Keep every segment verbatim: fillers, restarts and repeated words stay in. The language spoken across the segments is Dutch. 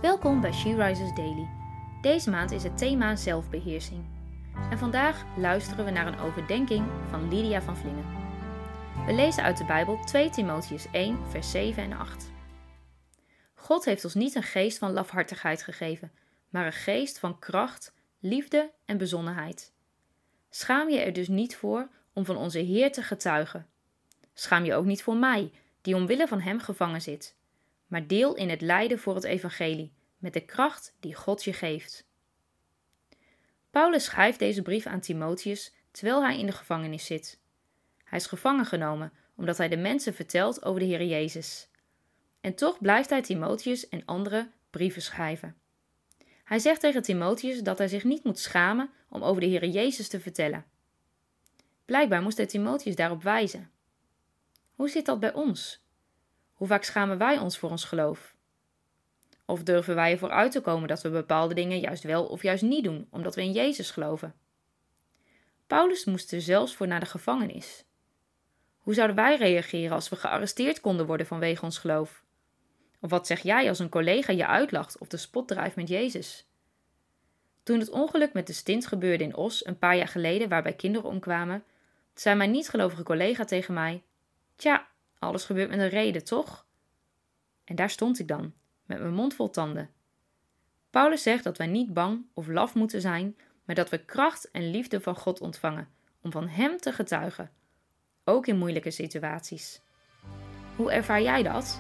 Welkom bij She Rises Daily. Deze maand is het thema zelfbeheersing. En vandaag luisteren we naar een overdenking van Lydia van Vlingen. We lezen uit de Bijbel twee Timotheüs één, vers zeven en acht. God heeft ons niet een geest van lafhartigheid gegeven, maar een geest van kracht, liefde en bezonnenheid. Schaam je er dus niet voor om van onze Heer te getuigen. Schaam je ook niet voor mij, die omwille van hem gevangen zit. Maar deel in het lijden voor het evangelie, met de kracht die God je geeft. Paulus schrijft deze brief aan Timotheüs terwijl hij in de gevangenis zit. Hij is gevangen genomen omdat hij de mensen vertelt over de Heer Jezus. En toch blijft hij Timotheüs en anderen brieven schrijven. Hij zegt tegen Timotheüs dat hij zich niet moet schamen om over de Heer Jezus te vertellen. Blijkbaar moest hij Timotheüs daarop wijzen. Hoe zit dat bij ons? Hoe vaak schamen wij ons voor ons geloof? Of durven wij ervoor uit te komen dat we bepaalde dingen juist wel of juist niet doen, omdat we in Jezus geloven? Paulus moest er zelfs voor naar de gevangenis. Hoe zouden wij reageren als we gearresteerd konden worden vanwege ons geloof? Of wat zeg jij als een collega je uitlacht of de spot drijft met Jezus? Toen het ongeluk met de stint gebeurde in Os een paar jaar geleden waarbij kinderen omkwamen, zei mijn niet-gelovige collega tegen mij: Tja, alles gebeurt met een reden, toch? En daar stond ik dan, met mijn mond vol tanden. Paulus zegt dat wij niet bang of laf moeten zijn, maar dat we kracht en liefde van God ontvangen, om van hem te getuigen, ook in moeilijke situaties. Hoe ervaar jij dat?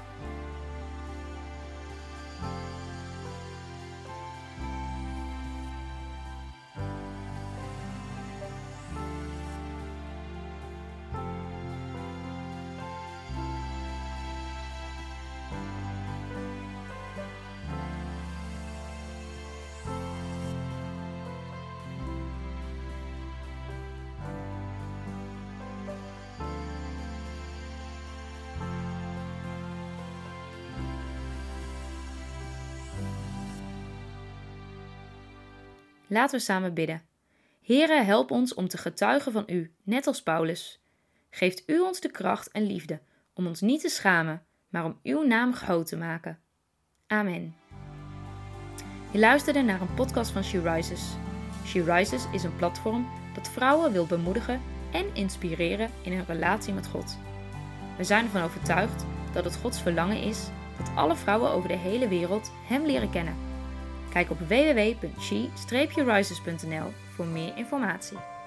Laten we samen bidden. Heere, help ons om te getuigen van u, net als Paulus. Geeft u ons de kracht en liefde om ons niet te schamen, maar om uw naam groot te maken. Amen. Je luisterde naar een podcast van She Rises. She Rises is een platform dat vrouwen wil bemoedigen en inspireren in hun relatie met God. We zijn ervan overtuigd dat het Gods verlangen is dat alle vrouwen over de hele wereld hem leren kennen. Kijk op w w w punt she rises punt n l voor meer informatie.